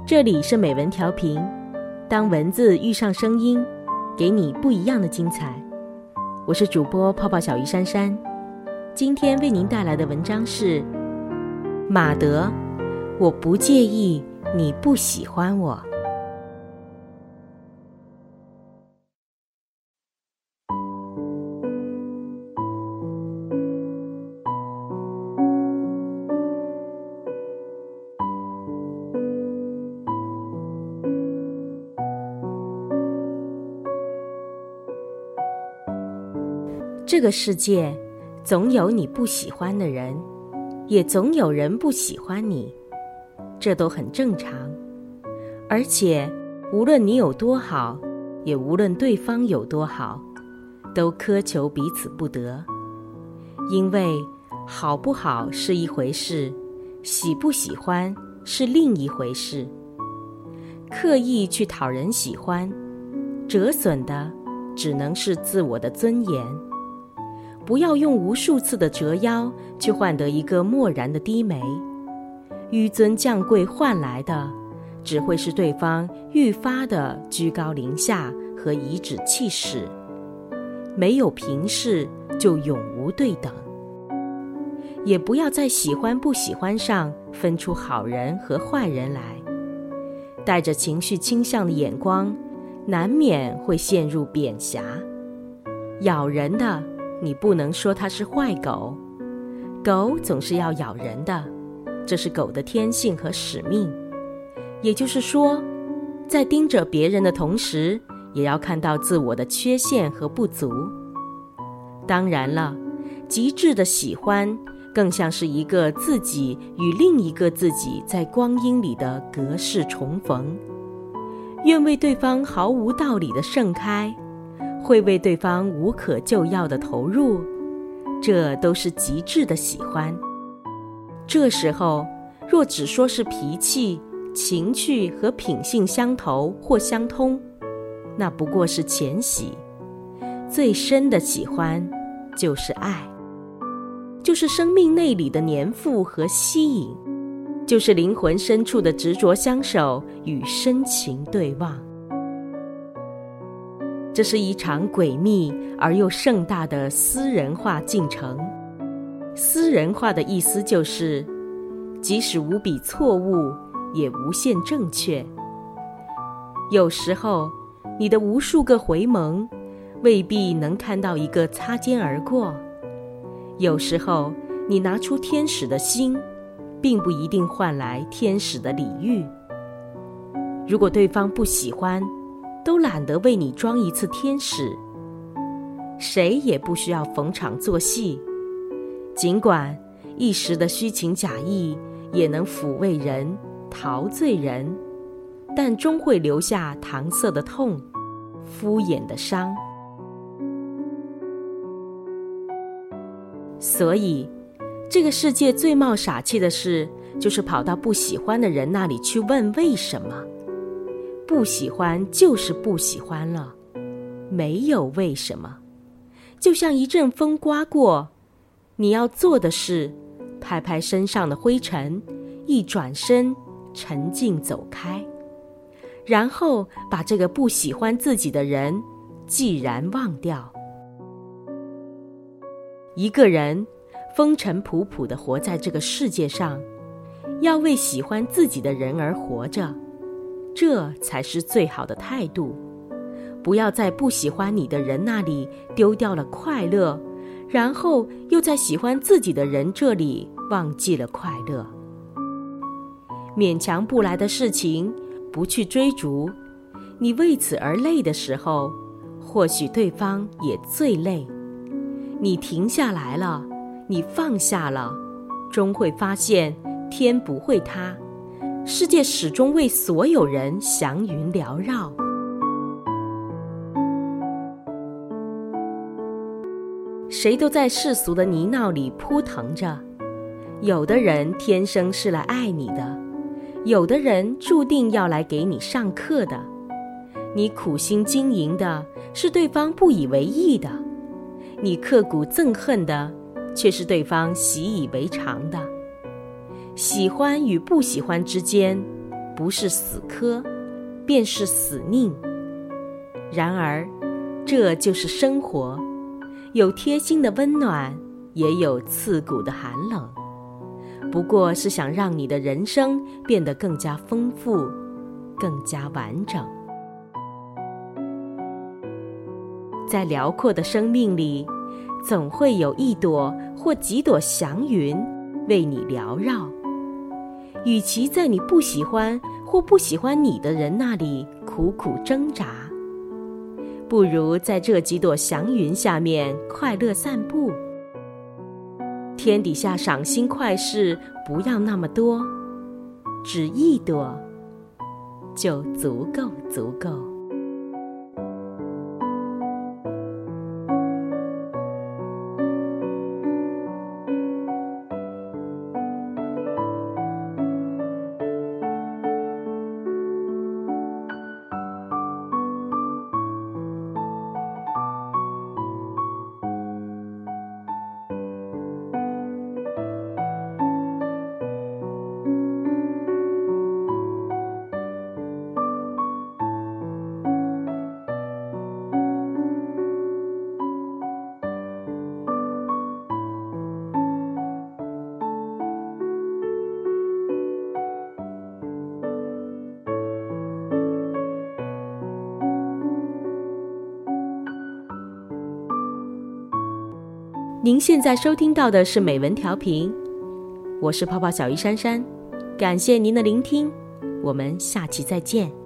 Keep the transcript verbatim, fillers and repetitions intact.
这里是美文调频，当文字遇上声音，给你不一样的精彩。我是主播泡泡小鱼珊珊，今天为您带来的文章是马德，我不介意你不喜欢我。这个世界总有你不喜欢的人，也总有人不喜欢你，这都很正常。而且无论你有多好，也无论对方有多好，都苛求彼此不得。因为好不好是一回事，喜不喜欢是另一回事。刻意去讨人喜欢，折损的只能是自我的尊严。不要用无数次的折腰去换得一个漠然的低眉，纡尊降贵换来的只会是对方愈发的居高临下和颐指气使。没有平视就永无对等。也不要在喜欢不喜欢上分出好人和坏人来，带着情绪倾向的眼光，难免会陷入贬狭。咬人的你不能说它是坏狗，狗总是要咬人的，这是狗的天性和使命。也就是说，在盯着别人的同时，也要看到自我的缺陷和不足。当然了，极致的喜欢更像是一个自己与另一个自己在光阴里的隔世重逢，愿为对方毫无道理的盛开，会为对方无可救药的投入，这都是极致的喜欢。这时候若只说是脾气、情趣和品性相投或相通，那不过是浅喜。最深的喜欢就是爱，就是生命内里的黏附和吸引，就是灵魂深处的执着相守与深情对望。这是一场诡秘而又盛大的私人化进程。私人化的意思就是，即使无比错误，也无限正确。有时候，你的无数个回眸，未必能看到一个擦肩而过。有时候，你拿出天使的心，并不一定换来天使的礼遇。如果对方不喜欢，都懒得为你装一次天使。谁也不需要逢场作戏，尽管一时的虚情假意也能抚慰人、陶醉人，但终会留下搪塞的痛、敷衍的伤。所以，这个世界最冒傻气的事，就是跑到不喜欢的人那里去问为什么。不喜欢就是不喜欢了，没有为什么。就像一阵风刮过，你要做的是拍拍身上的灰尘，一转身沉静走开，然后把这个不喜欢自己的人既然忘掉。一个人风尘仆仆地活在这个世界上，要为喜欢自己的人而活着，这才是最好的态度。不要在不喜欢你的人那里丢掉了快乐，然后又在喜欢自己的人这里忘记了快乐。勉强不来的事情，不去追逐，你为此而累的时候，或许对方也最累。你停下来了，你放下了，终会发现天不会塌，世界始终为所有人祥云缭绕。谁都在世俗的泥淖里扑腾着，有的人天生是来爱你的，有的人注定要来给你上课的。你苦心经营的是对方不以为意的，你刻骨憎恨的却是对方习以为常的。喜欢与不喜欢之间， 不是死磕，便是死拧。然而，这就是生活，有贴心的温暖，也有刺骨的寒冷。不过是想让你的人生变得更加丰富，更加完整。在辽阔的生命里，总会有一朵或几朵祥云为你缭绕。与其在你不喜欢或不喜欢你的人那里苦苦挣扎，不如在这几朵祥云下面快乐散步。天底下赏心快事不要那么多，只一朵就足够足够。您现在收听到的是美文调频，我是泡泡小鱼珊珊，感谢您的聆听，我们下期再见。